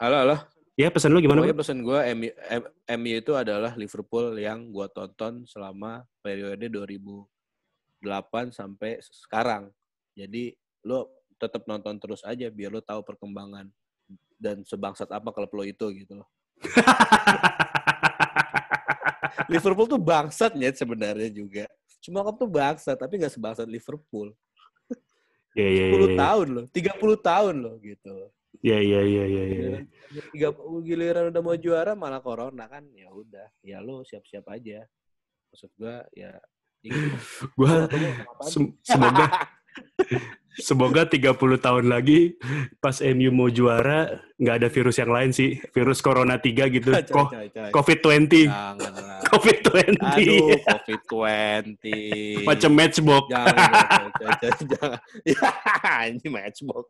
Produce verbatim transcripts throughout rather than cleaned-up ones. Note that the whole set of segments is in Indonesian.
Halo, halo. Ya, pesan lu gimana, Pokoknya Bro? pesan gue M U, M- MU itu adalah Liverpool yang gue tonton selama periode dua ribu delapan sampai sekarang. Jadi lo tetap nonton terus aja biar lo tahu perkembangan dan sebangsat apa klub lo itu gitu loh. Liverpool tuh bangsat ya sebenarnya juga. Semua klub tuh bangsat tapi nggak sebangsat Liverpool. Ya, ya, sepuluh ya, ya. tahun loh, tiga puluh tahun loh gitu. Ya, ya, ya, ya, ya. Giliran tiga giliran udah mau juara malah corona kan. Ya udah, ya lo siap-siap aja. Maksud gua ya, ya gitu dah. Gua Atau gua ngomong apaan sih? sem- semoga semoga tiga puluh tahun lagi pas M U mau juara nggak ada virus yang lain sih. Virus Corona tiga gitu. Coy, Kok coy, coy. covid dua puluh. Janganlah. covid dua puluh. Aduh, covid dua puluh. Macam matchbox. Jangan, coy, coy, coy, jangan. Ya, ini matchbox.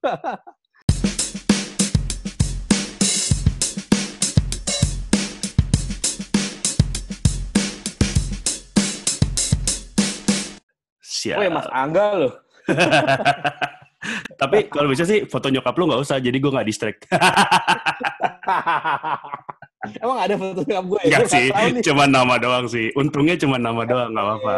Siap. Oh ya Mas Angga loh. Tapi kalau bisa sih foto nyokap lu nggak usah, jadi gue nggak distract. Emang ada foto nyokap gue ya? Enggak Gue sih, nggak tahu nih. cuma nama doang sih. Untungnya cuma nama doang, nggak apa-apa.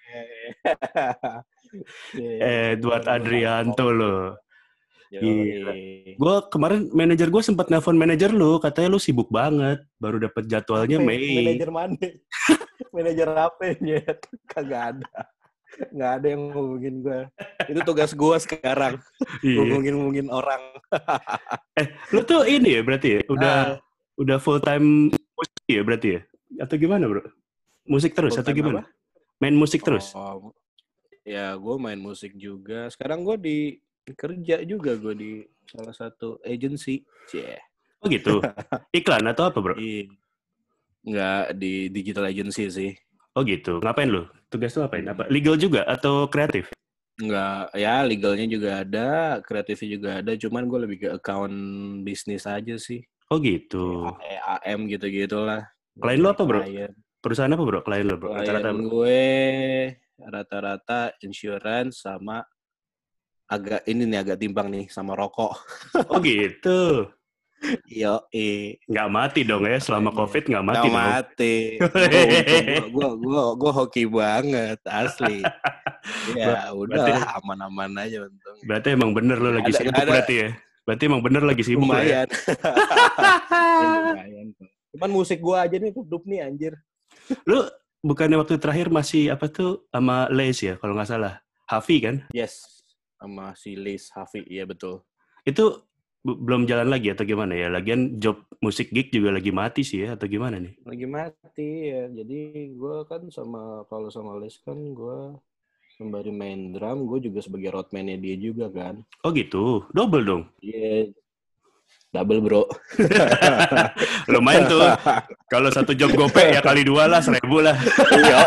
Edward Adrianto loh. Gila. Gue kemarin manajer gue sempat nelpon manajer lu, katanya lu sibuk banget, baru dapat jadwalnya Apa? Mei. Manajer mana? Manajer apa ya? Kagak ada. Nggak ada yang ngomongin gue. Itu tugas gue sekarang. Iya. Ngomongin-ngomongin orang. Eh, lu tuh ini ya berarti ya? Udah Ah. udah full time musik ya berarti ya? Atau gimana, Bro? Musik terus Full atau time gimana? apa? Main musik terus? Oh, ya gue main musik juga. Sekarang gue di kerja juga gue di salah satu agency. Yeah. Oh gitu. Iklan atau apa, Bro? Iya. Nggak di digital agency sih. Oh gitu. Ngapain lu? Tugas lu ngapain? Apa? Legal juga atau kreatif? Nggak, ya legalnya juga ada, kreatifnya juga ada. Cuman gue lebih ke account bisnis aja sih. Oh gitu. Kayak A M gitu-gitulah. Klien lu apa, Bro? Perusahaan apa, Bro? Klien lu, Bro? Klien Rata-rata, Bro? gue rata-rata insurance sama agak ini nih agak timbang nih sama rokok. Oh gitu. Yo, eh, Nggak mati dong ya selama COVID nggak mati nggak dong. mati. Gue gue gue hoki banget asli. Ya udah berarti, aman-aman aja untung. Berarti emang bener lo lagi ada, sibuk ada, berarti ya. Berarti emang bener lagi sibuk lumayan. Ya? Lumayan. Cuman musik gue aja nih hidup nih anjir. Lu bukannya waktu terakhir masih apa tuh sama Les ya kalau nggak salah. Hafi kan? Yes. Sama si Liz Hafi, iya betul. Itu b- belum jalan lagi atau gimana ya? Lagian job musik gig juga lagi mati sih ya atau gimana nih? Lagi mati ya. Jadi gue kan sama kalau sama Liz kan gue sembari main drum, gue juga sebagai roadman-nya dia juga kan. Oh gitu, double dong. Iya, yeah. Double bro. Lumayan tuh. Kalau satu job gope ya kali dua lah, seribu lah. Yo,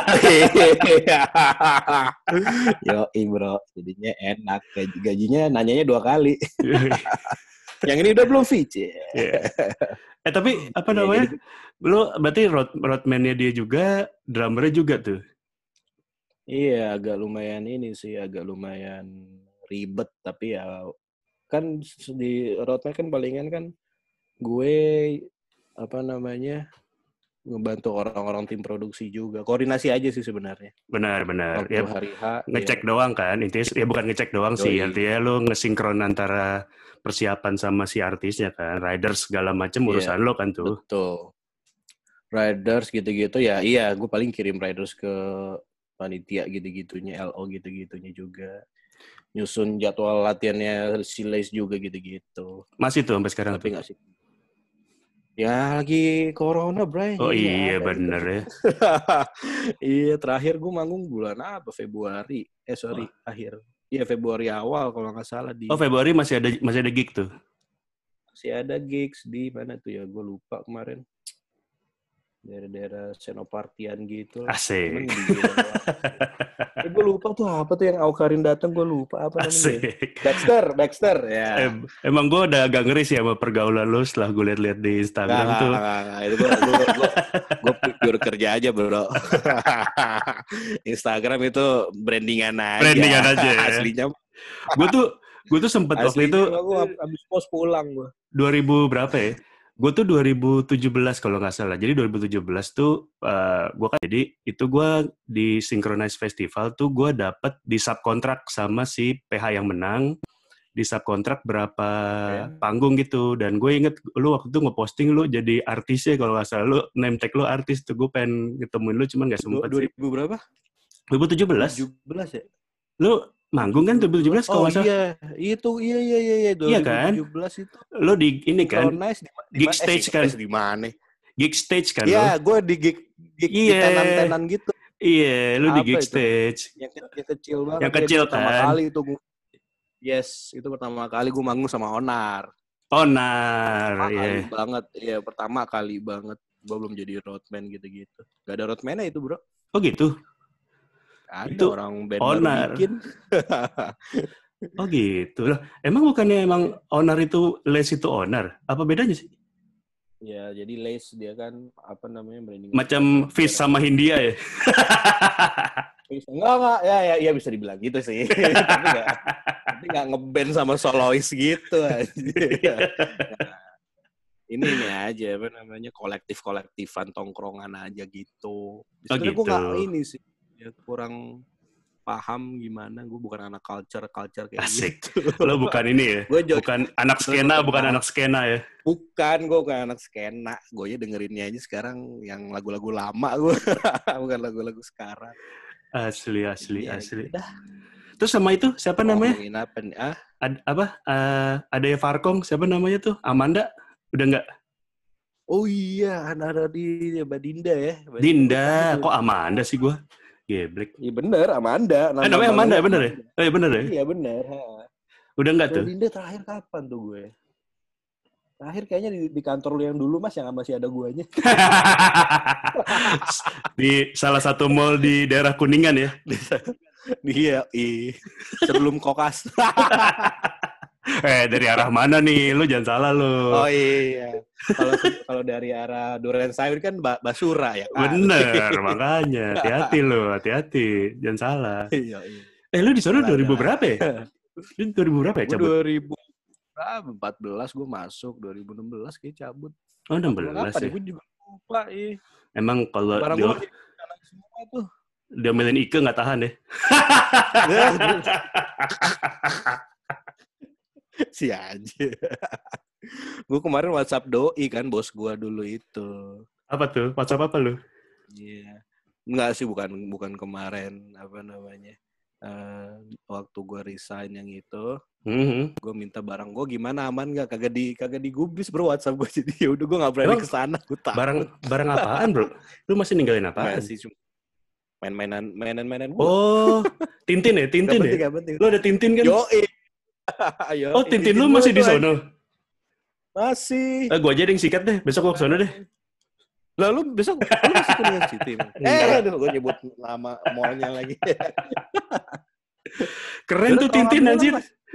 yo, bro. Jadinya enak. Gaji gajinya nanyanya dua kali. Yang ini udah belum fee. Yeah. Eh tapi apa namanya? Lo berarti road roadman-nya dia juga, drummer-nya juga tuh. Iya, agak lumayan ini sih, agak lumayan ribet tapi ya kan di roadman kan palingan kan gue apa namanya ngebantu orang-orang tim produksi juga, koordinasi aja sih sebenarnya. Benar-benar. Waktu Ya, hari H ngecek ya. doang kan, intinya ya bukan ngecek doang Yoi. sih, artinya lo ngesinkron antara persiapan sama si artisnya kan, riders segala macam urusan yeah, lo kan tuh. Betul. Riders gitu-gitu ya, iya gue paling kirim riders ke panitia gitu-gitunya, L O gitu-gitunya juga. Nyusun jadwal latihannya si Les juga gitu-gitu. Masih tuh sampai sekarang. Tapi nggak sih. Ya lagi corona, bray. Oh iya bener gitu. Ya. Iya terakhir gue manggung bulan apa? Februari. Eh sorry oh. akhir. Iya Februari awal kalau nggak salah di. Oh Februari masih ada masih ada gig tuh. Masih ada gigs di mana tuh ya? Gue lupa kemarin. Daerah-daerah Senopartian gitu. Asik. Eh, gue lupa tuh apa tuh yang Aukarin datang, gue lupa apa namanya. Asik. Baxter, Baxter ya. Em, emang gue udah agak ngeri sih sama pergaulan lo setelah gue liat-liat di Instagram gak, tuh. Gak, gak, gak. Itu gue, gue, gue, gue pure kerja aja bro. Instagram itu brandingan aja. Brandingan aja. Ya. Aslinya. Gue tuh Gue tuh sempet waktu itu. Gue abis pos pulang gue. dua ribu berapa ya? Gue tuh dua ribu tujuh belas kalau nggak salah. Jadi dua ribu tujuh belas tuh uh, gue kan jadi itu gue di Synchronize Festival tuh gue dapet di subkontrak sama si P H yang menang. Di subkontrak berapa okay. panggung gitu, dan gue inget lu waktu itu ngeposting lu jadi artisnya kalau nggak salah, lu name tag lu artis tuh, gue pengen ketemuin lu cuman nggak sempet sih. dua ribu berapa? dua ribu tujuh belas. dua ribu tujuh belas ya? Lu manggung kan dua ribu tujuh belas kalau nggak oh, salah? Iya, itu iya iya iya iya dua ribu tujuh belas iya kan? Itu. Lu di ini kan? Di, gig stage eh, kan? Di mana? Gig stage kan? Iya, gue di gig gig yeah. di tenan-tenan gitu. Iya, lu Apa di gig itu? stage. Yang, yang kecil banget. Yang kecil kan? Pertama kali itu gue Yes, itu pertama kali gue manggung sama Onar. Onar, iya. Yeah. Kali banget, iya pertama kali banget. Gue belum jadi roadman gitu-gitu. Gak ada roadman-nya itu bro. Oh gitu? Ada itu orang band Onar. baru bikin. Oh gitu loh. Emang bukannya emang Onar itu Les itu Onar? Apa bedanya sih? Ya, jadi Les dia kan apa namanya branding. Macam Fish sama Hindia ya? Enggak, enggak. Ya, ya, ya bisa dibilang gitu sih. Tapi enggak. Tapi enggak ngeband sama solois gitu aja. Nah, ini ini aja apa namanya kolektif-kolektifan tongkrongan aja gitu. Sebenarnya oh, gitu. Gue nggak ini sih. Ya, kurang paham gimana. Gue bukan anak culture-culture kayak Asik. gitu. Lo bukan ini ya? Gua bukan anak skena, bukan anak skena ya? Bukan, gue bukan anak skena. Gue ya dengerinnya aja sekarang yang lagu-lagu lama gue. Bukan lagu-lagu sekarang. Asli, asli, ya, asli. Gitu. Terus sama itu siapa oh, namanya? Apa nih? Ah? Ad, apa? Uh, ada ya Farkong, siapa namanya tuh? Amanda? Udah nggak? Oh iya, ada di Mbak Dinda ya. Mbak Dinda, Dinda. Kok Amanda sih gue? Geblek. Iya bener, Amanda. Nama eh, namanya Amanda, bener ya? Oh iya bener ya? Iya bener. Ha. Udah nggak tuh? Mbak Dinda terakhir kapan tuh gue? Terakhir kayaknya di, di kantor lu yang dulu mas, yang masih ada guanya. Di salah satu mall di daerah Kuningan ya? Iya, iya. Sebelum Kokas. eh dari arah mana nih? Lu jangan salah lu. Oh iya. Kalau kalau dari arah Duren Sawit kan Basura ya kan? Bener, makanya. Hati-hati lu, hati-hati. Jangan salah. Iya, iya. Eh lu di sana dua ribu berapa ya? Lu dua ribu berapa ya cabut? dua ribu empat belas gue masuk, dua ribu enam belas kayak cabut. Oh enam belas ya? Gue juga lupa iya. Emang kalau dia semua tuh. Dia milih Ike nggak tahan ya? Si aja. Gue kemarin WhatsApp doi kan, bos gue dulu itu. Apa tuh? WhatsApp apa lu? Iya. Yeah. Enggak sih, bukan bukan kemarin apa namanya. Uh, waktu gue resign yang itu, mm-hmm. gue minta barang gue gimana, aman nggak? Kagak di kagak digubris bro WhatsApp gue, jadi ya udah gue nggak berani kesana. Gue takut. Barang barang apaan bro? Lu masih ninggalin apaan? Masih cuma main-mainan mainan-mainan gue. Oh, Tintin ya, Tintin penting, ya. Penting. Lu ada Tintin kan? Yo, Yo oh Tintin, Tintin lu masih di sono? Masih. Eh, gue aja yang sikat deh, besok gue kesana deh. Lalu besok lu masih Kuningan City. Eh, aduh, gue nyebut nama mallnya lagi. Keren tuh Tintin anjir.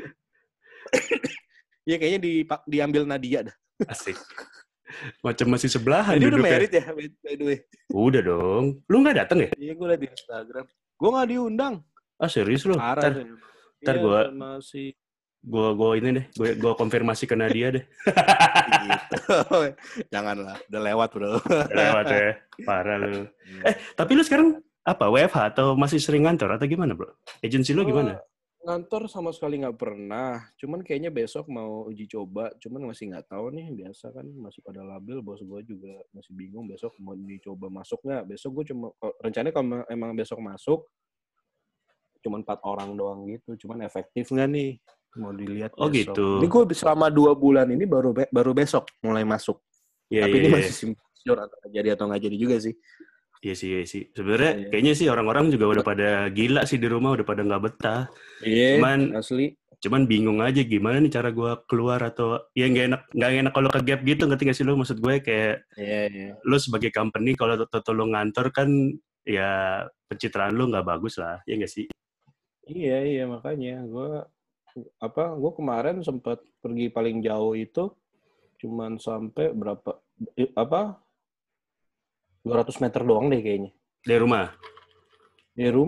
Iya kayaknya di, diambil Nadia dah. Asik. Macam masih sebelahan. Jadi udah married ya, by the way. Udah dong. Lu nggak dateng ya? Iya, gue liat di Instagram. Gue nggak diundang. Ah serius lu? Parah. Ntar, ntar gue masih. Gue gue ini deh, gue gue konfirmasi ke Nadia deh. Gitu. Janganlah, udah lewat bro. Udah lewat ya, parah lu. Eh tapi lu sekarang apa? W F H atau masih sering ngantor atau gimana bro? Agensi lu gimana? Ngantor sama sekali nggak pernah. Cuman kayaknya besok mau uji coba. Cuman masih nggak tahu nih. Biasa kan masih pada label. Bos gue juga masih bingung besok mau dicoba masuk nggak. Besok gue cuma rencananya kalau emang besok masuk, cuman empat orang doang gitu. Cuman efektif nggak nih? Mau dilihat oh besok. Gitu. Ini gue selama dua bulan ini baru be- baru besok mulai masuk. Yeah, Tapi yeah, ini yeah. masih sure atau jadi atau nggak jadi juga sih. Iya sih, iya sih. Sebenarnya yeah, yeah. kayaknya sih orang-orang juga udah pada gila sih di rumah, udah pada nggak betah. Iya. Yeah, cuman asli. Cuman bingung aja gimana nih cara gue keluar atau ya nggak enak nggak enak kalau ke gap gitu, ngerti nggak sih lu? Maksud gue kayak yeah, yeah. lu sebagai company kalau tetap lu ngantor kan ya pencitraan lu nggak bagus lah, ya nggak sih? Iya iya makanya gue apa gue kemarin sempat pergi paling jauh itu cuman sampai berapa apa dua ratus meter doang deh kayaknya dari rumah dari rumah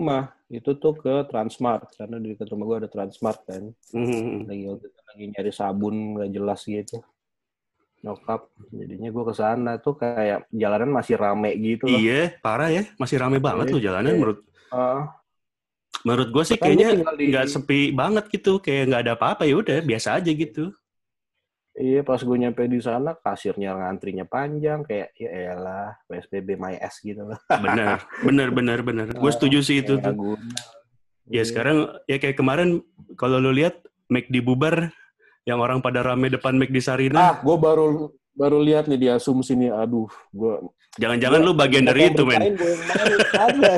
itu tuh ke Transmart karena di dekat rumah gue ada Transmart kan. Hmm. Lagi lagi nyari sabun nggak jelas gitu. Nyokap, jadinya gue kesana tuh kayak jalanan masih rame gitu loh. Iya, parah ya, masih rame banget loh jalanan. Iya. Menurut Uh, menurut gue sih kan gue kayaknya tinggal di nggak sepi banget gitu, kayak nggak ada apa-apa, ya udah biasa aja gitu. Iya, pas gue nyampe di sana, kasirnya ngantrinya panjang, kayak ya elah, P S B B my ass gitu loh. Bener, bener, bener, bener. Gue Ah, setuju sih itu kayak tuh. nggak guna. Ya Iya. sekarang, ya kayak kemarin, kalau lu lihat McD bubar, yang orang pada rame depan McD Sarina. Ah, gue baru baru lihat nih di asumsi nih, aduh, gue Jangan-jangan lu bagian dari itu, men. Gue yang main, ada.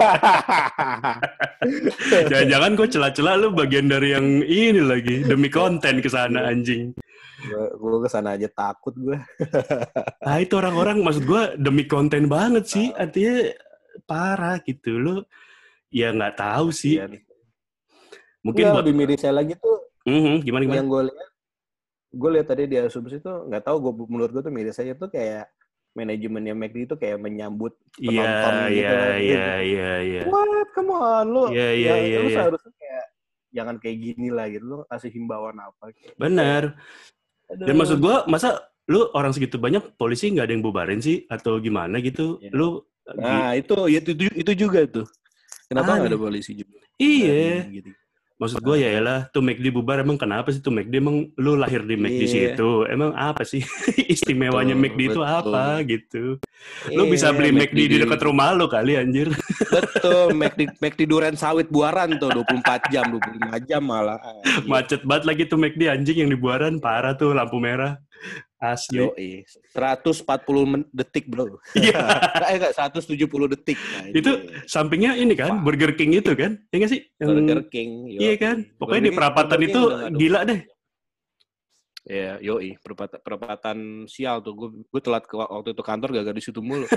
Jangan-jangan gue celah-celah lu bagian dari yang ini lagi, demi konten kesana anjing. Gue kesana aja takut gue. Nah itu orang-orang, maksud gue demi konten banget sih, artinya parah gitu. Lu ya nggak tahu sih. Iya. Mungkin Nggak, buat lebih miris saya lagi tuh, mm-hmm, gimana gimana? yang gue lihat, gue lihat tadi di asumsi tuh, nggak tahu, gue menurut gue tuh miris saya tuh kayak manajemennya McD itu kayak menyambut penonton Iya, gitu. iya, Gitu. iya, iya, iya. What? Come on, lu, Iya, iya, ya, iya, lu iya. seharusnya kayak jangan kayak gini lah gitu. Lu kasih himbauan apa? Kayak, bener. Aduh. Dan maksud gue, masa lu orang segitu banyak polisi nggak ada yang bubarin sih atau gimana gitu? Ya. Lu nah gi- itu, itu itu juga tuh. Kenapa nggak ada polisi juga? Iya. Gitu. Maksud gue ya elah, tuh McD bubar, emang kenapa sih tuh McD? Emang lu lahir di McD Iya. situ? Emang apa sih istimewanya Betul, McD itu apa gitu? Lu Iya, bisa beli McD, McD di dekat rumah lu kali anjir. Betul, McD McD Duren Sawit Buaran tuh dua puluh empat jam, dua puluh lima jam malah. Anjir. Macet banget lagi tuh McD anjing yang di Buaran, parah tuh lampu merah. Asli. Yoi, seratus empat puluh detik bro. Iya. eh enggak, seratus tujuh puluh detik. Nah, itu sampingnya ini kan, Wah. Burger King itu kan? Ya nggak sih? Yang... Burger King. Yoi. Iya kan? Pokoknya Burger di perapatan itu gila deh. Ya, yoi, perempatan, perempatan sial tuh. Gue gue telat ke waktu itu kantor gak di situ mulu.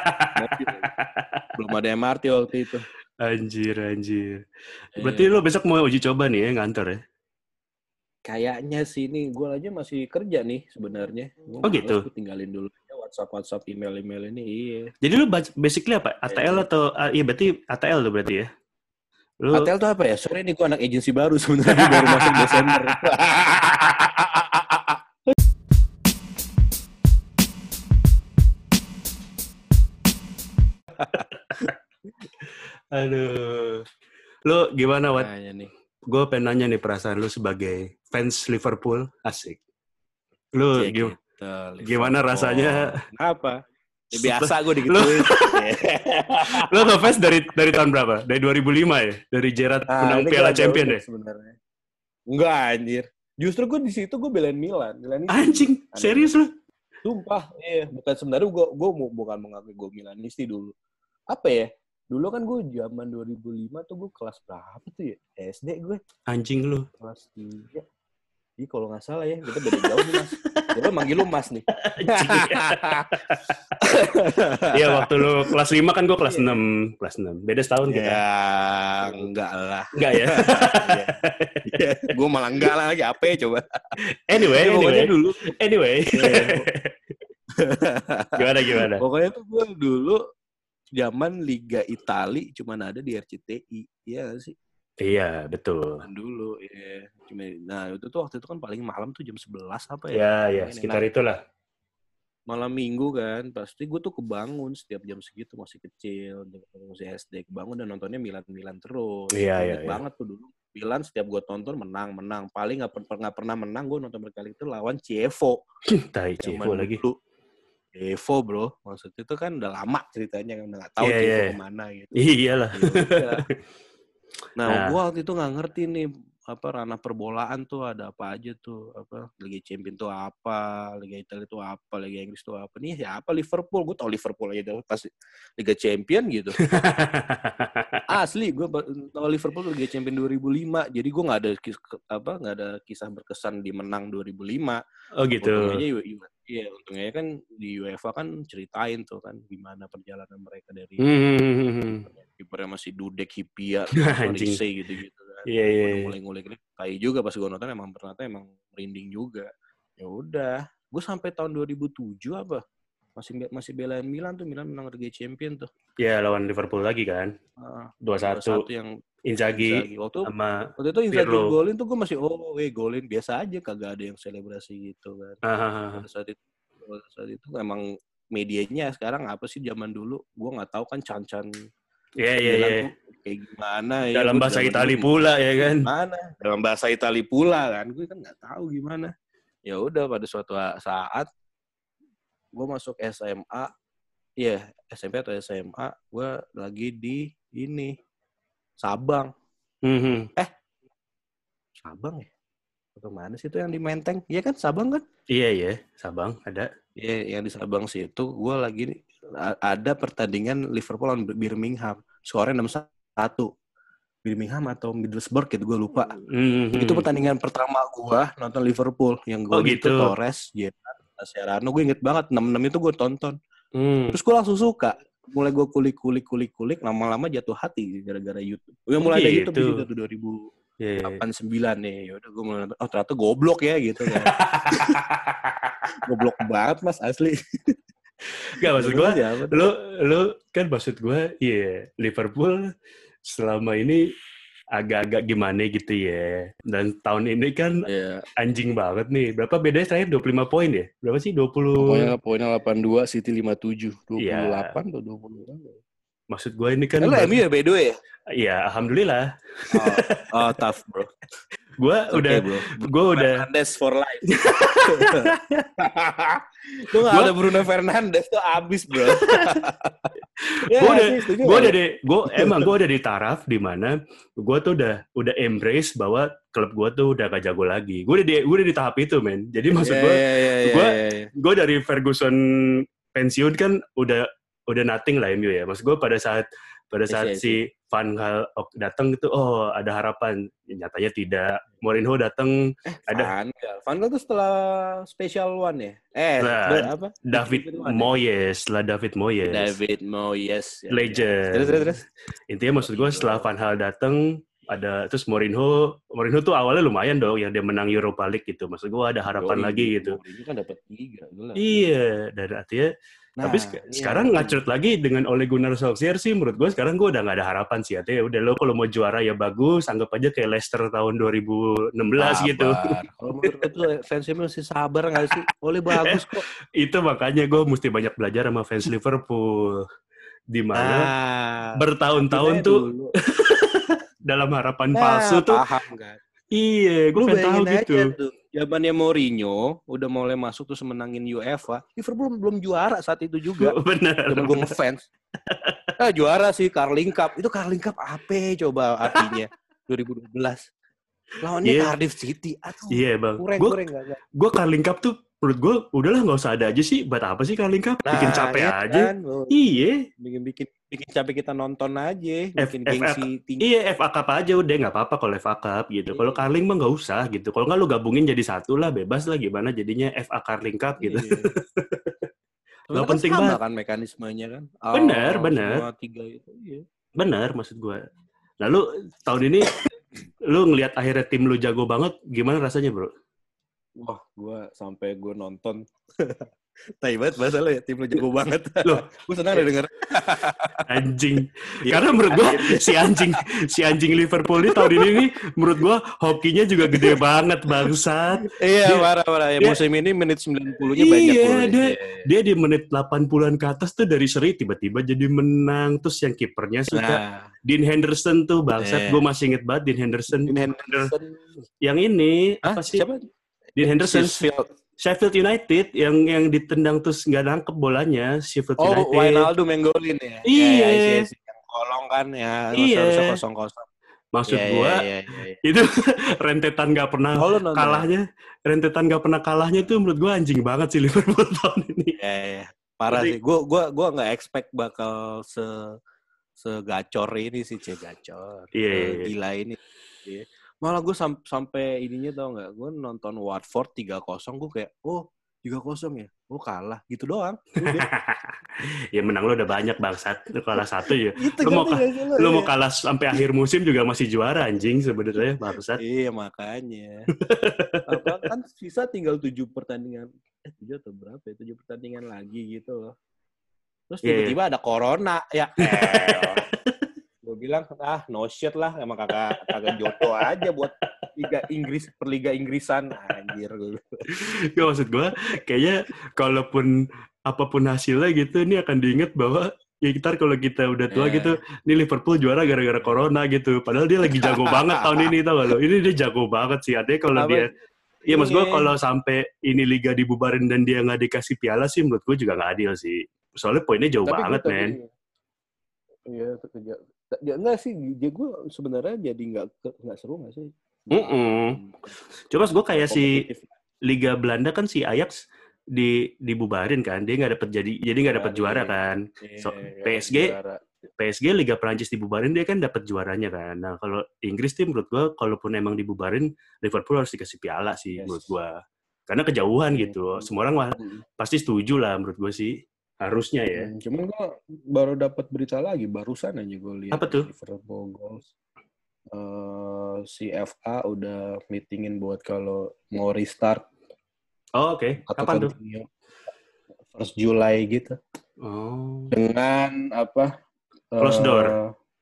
Belum ada M R T waktu itu. Anjir, anjir. Berarti eh. lo besok mau uji coba nih ya ngantor ya? Kayaknya sih ini gue aja masih kerja nih sebenarnya. Oh gitu. Gue tinggalin dulu aja WhatsApp WhatsApp email email ini. Iya. Jadi lu basically apa? A T L atau uh, iya berarti A T L tuh berarti ya? Lu... A T L tuh apa ya? Sorry nih gue anak agensi baru sebenarnya baru masuk Desember. Aduh. Lu gimana, Wat? Gue pengen nanya nih perasaan lu sebagai fans Liverpool, asik. Lu Cek gim- gitu, gimana rasanya? Apa? Ya, biasa gue digituin. Lu ngefans dari dari tahun berapa? Dari dua ribu lima ya? Dari Gerrard ah, menang Piala Champion ya? Sebenarnya. Enggak anjir. Justru gue di situ gue belain Milan. Milan anjing, aneh. Serius lu? Sumpah, iya. Bukan sebenarnya gue gue bukan mengakui gue Milanisti dulu. Apa ya? Dulu kan gue zaman dua ribu lima tuh gue kelas berapa tuh ya? S D gue. Anjing lu. Kelas tiga. Ih kalau nggak salah ya, kita beda jauh nih Mas. Gue manggil lu Mas nih. Iya waktu lu kelas lima kan gue kelas enam. Kelas enam. Beda setahun kita. Ya enggak lah. Enggak ya? ya, gue malah enggak lah lagi. Apa ya coba? Anyway, ya, anyway. dulu. Anyway. gimana, gimana? Pokoknya tuh gue dulu zaman Liga Itali cuman ada di R C T I, iya sih? Iya, betul. Dulu, ya. Cuma, nah itu tuh waktu itu kan paling malam tuh jam sebelas apa ya? Iya, iya, sekitar nah, itulah. Malam minggu kan, pasti gue tuh kebangun setiap jam segitu, masih kecil, masih S D, kebangun dan nontonnya Milan-Milan terus. Iya, iya, iya. banget tuh dulu. Milan setiap gue tonton menang, menang. Paling nggak pernah pernah menang, gue nonton berkali itu lawan Chievo. Tai Chievo lagi. Dulu. Evo bro, maksudnya itu kan udah lama ceritanya, udah nggak tahu yeah, Chievo yeah. kemana gitu. Iyalah. Nah, nah. gue waktu itu nggak ngerti nih apa ranah perbolaan tuh ada apa aja tuh, apa Liga Champions tuh apa, Liga Italia tuh apa, Liga Inggris tuh apa. Nih ya apa Liverpool, gue tau Liverpool aja tuh pas Liga Champions gitu. Asli gue tau Liverpool Liga Champions dua ribu lima, jadi gue nggak ada apa nggak ada kisah berkesan di menang dua ribu lima. Oh gitu. Iya, untungnya kan di UEFA kan ceritain tuh kan gimana perjalanan mereka dari hmm. kipernya masih Dudek, Hipia, Marise gitu-gitu kan. Iya, iya, iya. Ngulik-ngulik kayak juga pas gue nonton emang ternyata emang merinding juga. Ya udah, gue sampai tahun dua ribu tujuh apa? masih masih belain Milan tuh, Milan menang Liga Champion tuh. Ya lawan Liverpool lagi kan. Uh, dua satu yang Inzaghi, Inzaghi. Waktu sama waktu itu Inzaghi Pirlo. golin tuh gue masih oh, weh golin biasa aja, kagak ada yang selebrasi gitu kan. Ah. Pada saat itu, pada saat itu emang medianya sekarang apa sih, zaman dulu gue nggak tahu kan Can-Can Iya iya Milan iya. tuh kayak gimana ya. Dalam bahasa Itali pula ya kan. Gimana? Dalam bahasa Itali pula kan. Gue kan nggak tahu gimana. Ya udah pada suatu saat gue masuk S M A. Iya, yeah, S M P atau S M A, gue lagi di ini Sabang. Mm-hmm. Eh, Sabang ya? Atau mana sih itu yang di Menteng? Iya kan, Sabang kan? Iya iya, Sabang ada. Iya, yeah, yang di Sabang sih itu gue lagi ada pertandingan Liverpool lawan Birmingham. Skornya enam satu. Birmingham atau Middlesbrough gitu, gue lupa. Mm-hmm. Itu pertandingan pertama gue nonton Liverpool. Yang gue oh, gitu. itu Torres, Gerrard, Mascherano. Gue inget banget, enam enam itu gue tonton. Mm. Terus gue langsung suka. Mulai gue kulik-kulik-kulik-kulik, lama-lama jatuh hati gara-gara YouTube. Gue mulai oh, ada YouTube di situ tuh dua ribu delapan sembilan nih. Yaudah gue mulai nonton, oh ternyata goblok ya gitu kan. Goblok banget mas, asli. Gak maksud gue, lu, lu kan maksud gue, iya yeah, Liverpool selama ini agak-agak gimana gitu ya. Dan tahun ini kan yeah. anjing banget nih. Berapa bedanya terakhir? dua puluh lima poin ya? Berapa sih? dua puluh Pokoknya poinnya delapan puluh dua, City lima puluh tujuh. dua puluh delapan yeah. atau dua puluh delapan? Maksud gue ini kan... Lu M U ya, by the way ya? Iya, alhamdulillah. Oh, oh tough bro. Gue udah... Okay, gue udah... Fernandes for life. Lu gak gua, ada Bruno Fernandes tuh abis bro. ya, gue udah, gue udah di, gue emang gue udah di taraf di mana gue tuh udah udah embrace bahwa klub gue tuh udah gak jago lagi. Gue udah di, gue udah di tahap itu men. Jadi maksud gue, yeah, yeah, yeah, gue, yeah, yeah. gue dari Ferguson pensiun kan udah udah nothing lah M U ya. Maksud gue pada saat pada saat yes, yes, si Van Gaal datang gitu, oh ada harapan. Nyatanya tidak. Mourinho datang, eh, ada. Van Gaal. Van Gaal tuh setelah Special One ya? Eh, nah, apa? David Moyes, lah David Moyes. David Moyes. Ya, legend. Terus, terus, terus. Intinya maksud gue setelah Van Gaal datang, ada terus Mourinho, Mourinho tuh awalnya lumayan dong yang dia menang Europa League gitu. Maksud gue ada harapan Yoi, lagi gitu. Mourinho kan dapat tiga. Iya, dan artinya nah, tapi sek- iya, sekarang iya. ngacrut lagi dengan Ole Gunnar Solskjaer sih menurut gue sekarang gue udah gak ada harapan sih. Artinya udah lo kalau mau juara ya bagus, anggap aja kayak Leicester tahun dua ribu enam belas sabar. Gitu. Kalau menurut gue tuh fansnya masih sabar gak sih? Ole bagus kok. Itu makanya gue mesti banyak belajar sama fans Liverpool. Dimana ah, bertahun-tahun tuh dalam harapan nah, palsu tuh. Paham kan? Iya, gue pengen tahu gitu. Tuh. Zamannya Mourinho udah mulai masuk terus menangin UEFA, Liverpool belum juara saat itu juga. Benar. Zaman gue ngefans. Nah, juara sih Carling Cup. Itu Carling Cup apa coba artinya? dua ribu dua belas. Lawannya yeah. Cardiff City. Aduh. Iya, yeah, Bang. Kurang-kurang enggak. Gue Carling Cup tuh menurut gue udahlah nggak usah ada aja sih. Buat apa sih Carling Cup? Bikin nah, capek ya aja. Kan? Iya. Bikin-bikin bikin capek kita nonton aja, bikin F- gengsi F- tinggi. Iya, F A Cup aja udah nggak apa-apa kalau F A Cup gitu. Kalau Carling mah nggak usah gitu. Kalau nggak lu gabungin jadi satu lah, bebas lah gimana jadinya F A Carling Cup gitu. Nggak penting banget kan mekanismenya kan. Oh, bener, bener. Semua tiga itu, iya. Bener maksud gue. Lalu tahun ini lu ngelihat akhirnya tim lu jago banget, gimana rasanya bro? Wah, gue sampai gue nonton. Tai banget bahasa lo ya, tim lo jago banget. Loh, gue senang udah denger. Anjing. Karena menurut gue si anjing si anjing Liverpool ini tahun ini nih, menurut gue hokinya juga gede banget bangsat. Iya, parah-parah. Ya, musim ini menit sembilan puluh-nya banyak. Iya, dia, dia di menit delapan puluhan ke atas tuh dari seri tiba-tiba jadi menang. Terus yang kipernya suka nah. Dean Henderson tuh bangsat. Eh. Gue masih inget banget Dean Henderson. Dean Henderson. Yang ini Hah? apa sih? Siapa? Dean Henderson. Sheffield United yang yang ditendang terus nggak nangkep bolanya Sheffield oh, United. Oh, Wijnaldum yang golin ya? Iya. Ya, ya, ya, yang kolong kan ya. Iya. kosong kosong. Maksud ya, gua ya, ya, ya, ya. itu rentetan nggak pernah oh, kalahnya, rentetan nggak pernah kalahnya itu menurut gua anjing banget sih Liverpool tahun ini. Iya, ya. Parah Jadi, sih. Gua gua gua nggak expect bakal se segacor ini sih, C gacor. Iya. Gila ini. Iya. Malah gue sam- sampai ininya tau gak, gue nonton Watford tiga kosong, gue kayak, oh tiga kosong ya, oh kalah, gitu doang. Ya menang lo udah banyak bangsat, lo kalah satu ya. Itu lo mau, ka- lo mau kalah sampai akhir musim juga masih juara anjing sebenarnya bangsat. Iya makanya. Apa, kan sisa tinggal tujuh pertandingan, eh tujuh atau berapa ya? tujuh pertandingan lagi gitu loh. Terus Iya, iya. tiba-tiba ada corona. Ya eh. Gue bilang, ah no shit lah. Emang kagak kagak jodoh aja buat Liga Inggris, per Liga Inggrisan. Anjir. Gak, maksud gue, kayaknya kalaupun apapun hasilnya gitu, ini akan diingat bahwa ya ntar kalau kita udah tua Yeah. gitu, ini Liverpool juara gara-gara corona gitu. Padahal dia lagi jago banget tahun ini, tau gak lo? Ini dia jago banget sih. Artinya kalau Apa? dia, ya maksud gue Iya. kalau sampai ini liga dibubarin dan dia nggak dikasih piala sih, menurut gue juga nggak adil sih. Soalnya poinnya jauh Tapi banget, gue tapi men. iya kerja. Ya enggak sih, dia gue sebenarnya jadi nggak nggak seru nggak sih? Mm-mm. Cuma gue kayak si Kompetitif. Liga Belanda kan si Ajax di dibubarin kan, dia nggak dapet jadi jadi nggak dapet juara kan. So, Iya, P S G juara. P S G Liga Prancis dibubarin, dia kan dapet juaranya kan. Nah kalau Inggris tim menurut gue kalaupun emang dibubarin, Liverpool harus dikasih piala sih Yes. menurut gue. Karena kejauhan Hmm. gitu. Semua orang mah pasti setuju lah menurut gue sih. Harusnya ya. Hmm, cuman gue baru dapat berita lagi barusan aja gue lihat. Apa tuh? Liverpool goals. Uh, si F A udah meetingin buat kalau mau restart. Oh oke. Okay. Atau Kapan tuh? First July gitu. Oh. Dengan apa? Close uh, door.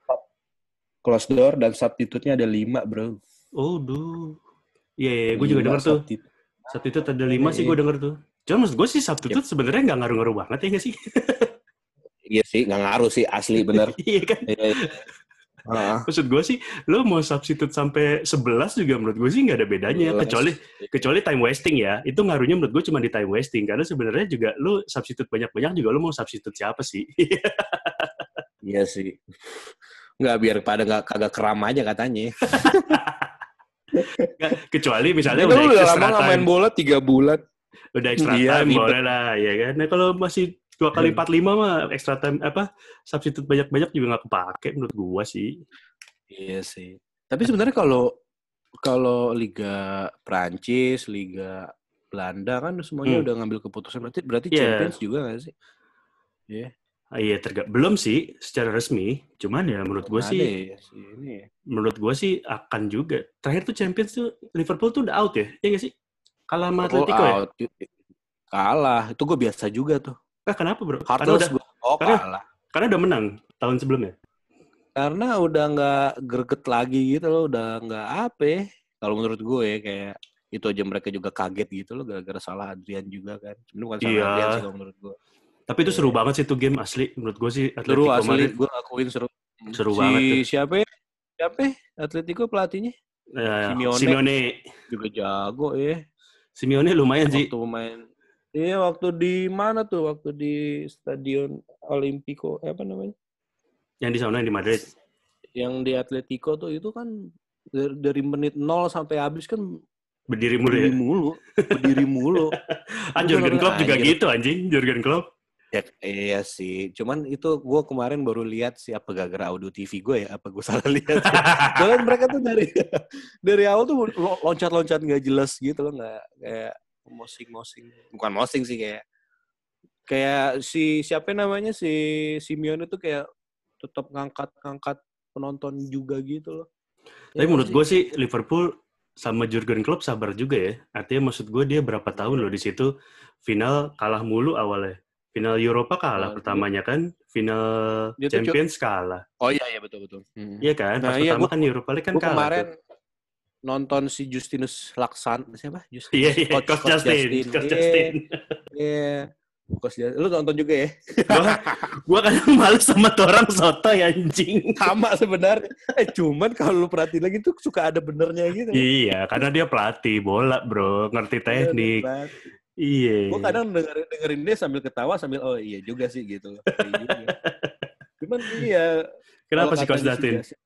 Close door dan substitute-nya ada lima, bro. Oh, duh. Iya, yeah, yeah, gue juga denger tuh. Substitute, substitute ada lima sih gue denger tuh. Cuma maksud gue sih substitute yep. sebenarnya nggak ngaruh-ngaruh banget ya nggak sih? Iya sih, nggak ngaruh sih, asli bener. Iya kan? Uh. Maksud gue sih, lo mau substitute sampai sebelas juga menurut gue sih nggak ada bedanya. sebelas. Kecuali kecuali time wasting ya. Itu ngaruhnya menurut gue cuma di time wasting. Karena sebenarnya juga lo substitute banyak-banyak juga lo mau substitute siapa sih? Iya sih. Nggak, biar pada nggak kagak kram aja katanya. Nggak, kecuali misalnya ya, udah udah lama nggak main bola tiga bulan. Udah extra iya, time ribet. Boleh lah, ya kan. Nah kalau masih dua kali empat lima mah extra time apa substitute banyak-banyak juga nggak kepake menurut gua sih. Iya sih. Tapi sebenarnya kalau kalau Liga Prancis, Liga Belanda kan semuanya hmm. udah ngambil keputusan. Berarti berarti yeah. Champions juga nggak sih? Iya. Yeah. Ah, iya, terga- belum sih secara resmi. Cuman ya menurut gue sih, ya, sih ini ya. menurut gue sih akan juga. Terakhir tuh Champions tuh Liverpool tuh udah out ya, ya nggak sih? Kalah sama Atletico out. ya? Kalah, itu gue biasa juga tuh. Ah, kenapa bro? Karena udah, gua, oh, karena, kalah. Karena udah menang tahun sebelumnya. Karena udah nggak greget lagi gitu loh, udah nggak apa ya. Kalau menurut gue ya, kayak itu aja mereka juga kaget gitu loh, gara-gara salah Adrian juga kan. Sebenarnya bukan salah iya. Adrian sih kalau menurut gue. Tapi itu seru banget sih tuh game asli. Menurut gue sih Atletico Atletico seru asli, Madrid. Gue akuin seru. Seru si banget tuh. Siapa Siapa Atletico pelatihnya? Ya, Simeone. Simeone. Juga jago ya. Simeone lumayan waktu sih. Waktu main. Iya, waktu di mana tuh? Waktu di Stadion Olimpico. Apa namanya? Yang di sana, di Madrid. Yang di Atletico tuh itu kan dari, dari menit nol sampai habis kan berdiri mulu berdiri ya? mulu. Berdiri mulu. Ah, Jurgen Klopp juga gitu anjing. Jurgen Klopp. Ya, iya sih. Cuman itu gue kemarin baru lihat sih apa gara-gara audio T V gue ya. Apa gue salah lihat sih. Soalnya mereka tuh dari dari awal tuh loncat-loncat nggak jelas gitu loh. Nggak kayak mosing-mosing. Bukan mosing sih kayak. Kayak si siapa namanya si Simeone itu kayak tetap ngangkat-ngangkat penonton juga gitu loh. Tapi ya, menurut gue sih Liverpool sama Jurgen Klopp sabar juga ya. Artinya maksud gue dia berapa tahun loh di situ final kalah mulu awalnya. Final Eropa kalah nah, pertamanya dia, kan, final Champions cu- kalah. Oh iya iya betul betul. Hmm. Iya kan, pas nah, pertama iya, kan Europa League kan kalah. Kemarin tuh. Nonton si Justinus Laksan siapa? Justinus. Iya iya, Coach, Coach Justin. Justin. Coach Justin. Iya. Coach Justin. Lu nonton juga ya? gua, gua kadang males sama tuh orang soto ya anjing. Sama sebenarnya. Eh cuman kalau lu perhatiin lagi tuh suka ada benernya gitu. Iya, karena dia pelatih bola bro, ngerti teknik. Iya. Gue kadang dengerin, dengerin dia sambil ketawa sambil oh iya juga sih gitu. Juga. Cuman iya. Kenapa si Coach Justin? Si,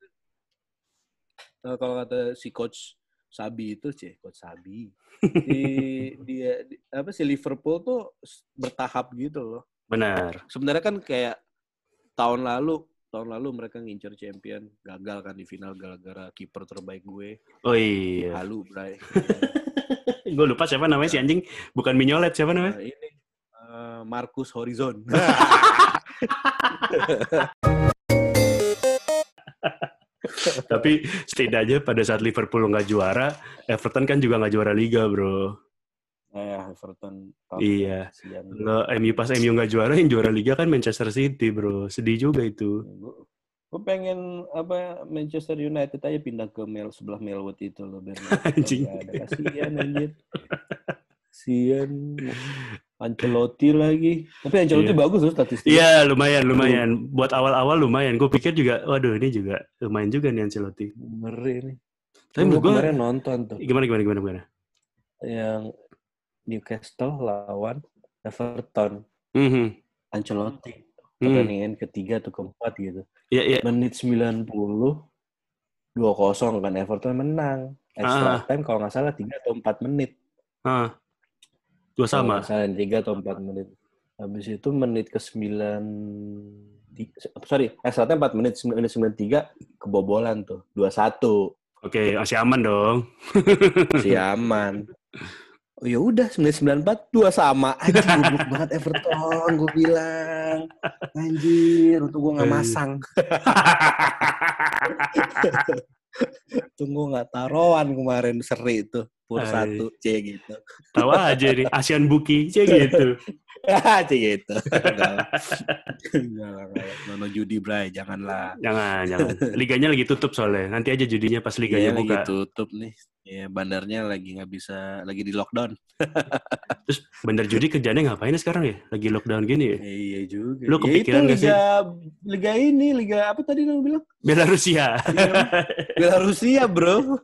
uh, kalau kata si Coach Sabi itu sih, Coach Sabi. di, dia di, apa si Liverpool tuh bertahap gitu loh. Benar. Sebenarnya kan kayak tahun lalu, tahun lalu mereka ngincer champion, gagal kan di final gara-gara kiper terbaik gue. Oh iya. Halu, Bray. Gue lupa siapa namanya si anjing. Bukan Mignolet, siapa namanya? Uh, ini uh, Marcus Horizon. Tapi setidaknya pada saat Liverpool nggak juara, Everton kan juga nggak juara Liga, bro. Eh, Everton. Iya. Kalau M U pas M U nggak juara, yang juara Liga kan Manchester City, bro. Sedih juga itu. Gue pengen apa Manchester United aja pindah ke Mel sebelah Melwood itu loh biar Anjing. nggak ada, kasihan anjir. Kasihan Ancelotti lagi. Tapi Ancelotti Iya. bagus loh statistiknya. Iya, lumayan, lumayan. Buat awal-awal lumayan. Gue pikir juga, waduh ini juga lumayan juga nih Ancelotti. Ngeri nih. Tapi menurut gue kemarin nonton tuh. Gimana gimana gimana gimana? Yang Newcastle lawan Everton. Mm-hmm. Ancelotti. Pertandingan mm. ketiga atau keempat gitu. Iya, iya. Menit sembilan puluh dua kosong kan Everton menang. Extra ah. time kalau nggak salah tiga atau empat menit. Ah. Dua sama. Kalau nggak salah tiga atau empat menit. Habis itu menit ke sembilan sorry, extra time empat menit, menit sembilan puluh tiga kebobolan tuh. dua satu. Oke, masih aman dong. Masih aman. Oh ya udah menit sembilan puluh empat dua sama. Anjir goblok banget Everton gue bilang. Anjir, untuk gue nggak masang. Tunggu nggak taruhan kemarin seri itu pur satu c gitu. Tahu aja nih Asian Buki c gitu. c gitu. Enggak lah, nono judi bray, janganlah. Jangan, jangan. Liganya lagi tutup soalnya. Nanti aja judinya pas liganya ya, buka. Lagi tutup nih. Ya bandarnya lagi nggak bisa, lagi di lockdown. Terus bandar judi kerjanya ngapain sekarang ya? Lagi lockdown gini ya? Iya juga. Lu kepikiran ya, nggak sih? Liga, liga ini, liga apa tadi lu bilang? Belarusia. Belarusia bro.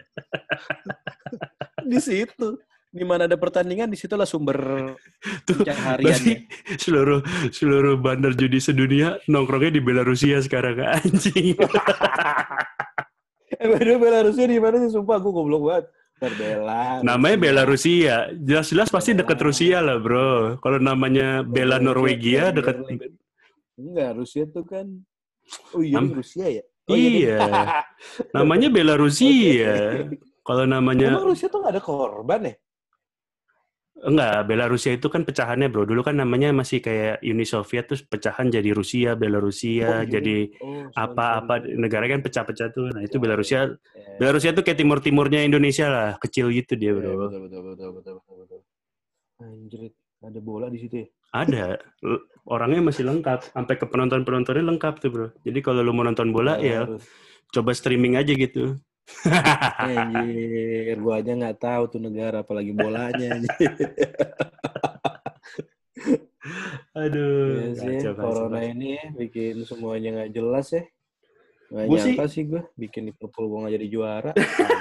Di situ. Di mana ada pertandingan, di situlah sumber pencahariannya. Seluruh seluruh bandar judi sedunia nongkrongnya di Belarusia sekarang, anjing. Eh, beda Belarusia di mana sih? Sumpah gue goblok banget. Berbela. Namanya Belarusia. Jelas-jelas pasti dekat Rusia lah, bro. Kalau namanya Bela Norwegia dekat. Enggak, Rusia tuh kan. Oh iya, Nam- Rusia ya. Oh, iya. Namanya Belarusia. Kalau namanya. Emang Rusia tuh nggak ada korban ya? Enggak, Belarusia itu kan pecahannya bro. Dulu kan namanya masih kayak Uni Soviet, terus pecahan jadi Rusia, Belarusia, oh, jadi oh, apa-apa negara kan pecah-pecah tuh. Nah itu Belarusia, yeah. Belarusia tuh kayak timur-timurnya Indonesia lah, kecil gitu dia bro. Yeah, betul, betul, betul, betul, betul, betul. Anjir, ada bola di situ ya? Ada, orangnya masih lengkap, sampai ke penonton-penontonnya lengkap tuh bro. Jadi kalau lu mau nonton bola ya, ya coba streaming aja gitu. Anjir, gua aja nggak tahu tuh negara apalagi bolanya. Aduh, ya sih, kacau, corona kacau. Ini ya, bikin semuanya nggak jelas ya. Nggak gua nyangka sih, sih gue bikin Liverpool gua nggak jadi juara.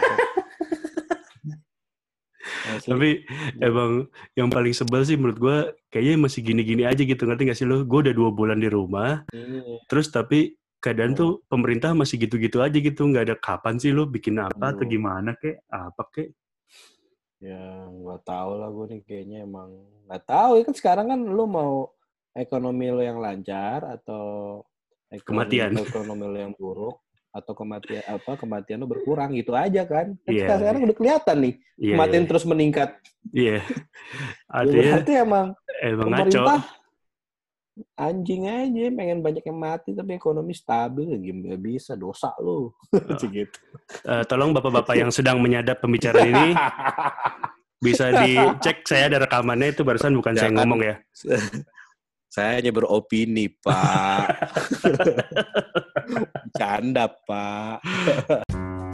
Tapi emang yang paling sebel sih menurut gue kayaknya masih gini-gini aja gitu, ngerti gak sih lo? Gue udah dua bulan di rumah, hmm. terus tapi keadaan hmm. tuh pemerintah masih gitu-gitu aja gitu, nggak ada kapan sih lo bikin apa hmm. atau gimana kek, apa kek? Ya nggak tahu lah gue nih, kayaknya emang nggak tahu ya kan sekarang kan lo mau ekonomi lo yang lancar atau ekonomi, kematian ekonomi lo yang buruk atau kematian apa kematian lo berkurang gitu aja kan? Kan yeah. sekarang udah kelihatan nih yeah, kematian yeah. terus meningkat. Iya. Yeah. Ya, berarti emang emang pemerintah ngaco. Anjing aja pengen banyak yang mati tapi ekonomi stabil ya gak bisa, dosa lo. Oh. gitu. Uh, tolong bapak-bapak yang sedang menyadap pembicaraan ini bisa dicek, saya ada rekamannya itu barusan bukan Jangan. Saya ngomong ya. Saya hanya beropini, Pak. Canda, Pak.